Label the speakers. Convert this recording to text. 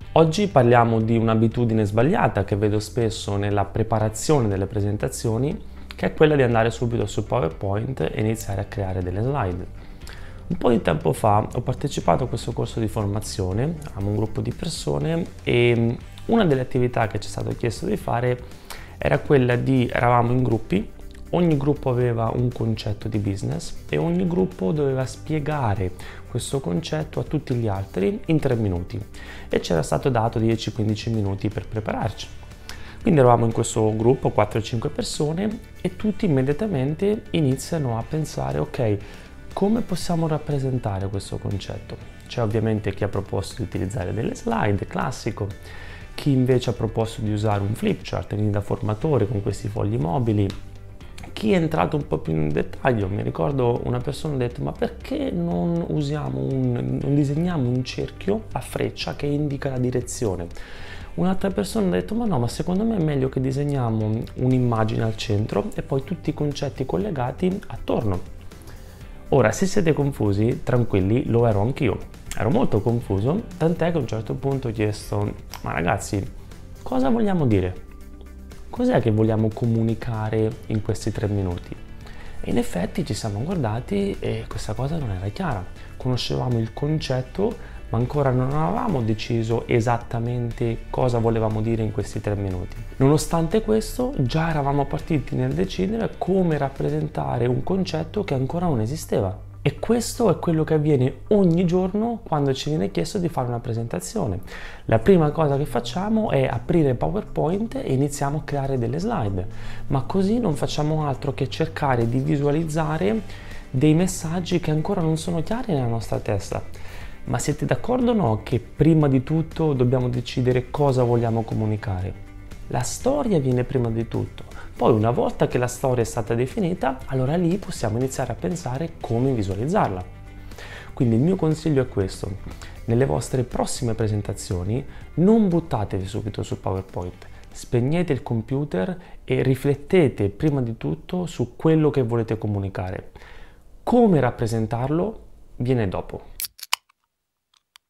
Speaker 1: Oggi parliamo di un'abitudine sbagliata che vedo spesso nella preparazione delle presentazioni, che è quella di andare subito su PowerPoint e iniziare a creare delle slide. Un po' di tempo fa ho partecipato a questo corso di formazione a un gruppo di persone e una delle attività che ci è stato chiesto di fare era quella eravamo in gruppi. Ogni gruppo aveva un concetto di business e ogni gruppo doveva spiegare questo concetto a tutti gli altri in 3 minuti e c'era stato dato 10-15 minuti per prepararci. Quindi eravamo in questo gruppo, 4-5 persone, e tutti immediatamente iniziano a pensare: ok, come possiamo rappresentare questo concetto? C'è ovviamente chi ha proposto di utilizzare delle slide, classico, chi invece ha proposto di usare un flipchart, quindi da formatore con questi fogli mobili. Chi è entrato un po' più in dettaglio, mi ricordo una persona ha detto: ma perché non disegniamo un cerchio a freccia che indica la direzione? Un'altra persona ha detto: ma no, ma secondo me è meglio che disegniamo un'immagine al centro e poi tutti i concetti collegati attorno. Ora, se siete confusi, tranquilli, lo ero anch'io. Ero molto confuso, tant'è che a un certo punto ho chiesto: ma ragazzi, cosa vogliamo dire? Cos'è che vogliamo comunicare in questi 3 minuti? E in effetti ci siamo guardati e questa cosa non era chiara. Conoscevamo il concetto, ma ancora non avevamo deciso esattamente cosa volevamo dire in questi 3 minuti. Nonostante questo, già eravamo partiti nel decidere come rappresentare un concetto che ancora non esisteva. E questo è quello che avviene ogni giorno quando ci viene chiesto di fare una presentazione. La prima cosa che facciamo è aprire PowerPoint e iniziamo a creare delle slide, ma così non facciamo altro che cercare di visualizzare dei messaggi che ancora non sono chiari nella nostra testa. Ma siete d'accordo o no che prima di tutto dobbiamo decidere cosa vogliamo comunicare? La storia viene prima di tutto. Poi una volta che la storia è stata definita, allora lì possiamo iniziare a pensare come visualizzarla. Quindi il mio consiglio è questo: nelle vostre prossime presentazioni non buttatevi subito sul PowerPoint, spegnete il computer e riflettete prima di tutto su quello che volete comunicare. Come rappresentarlo viene dopo.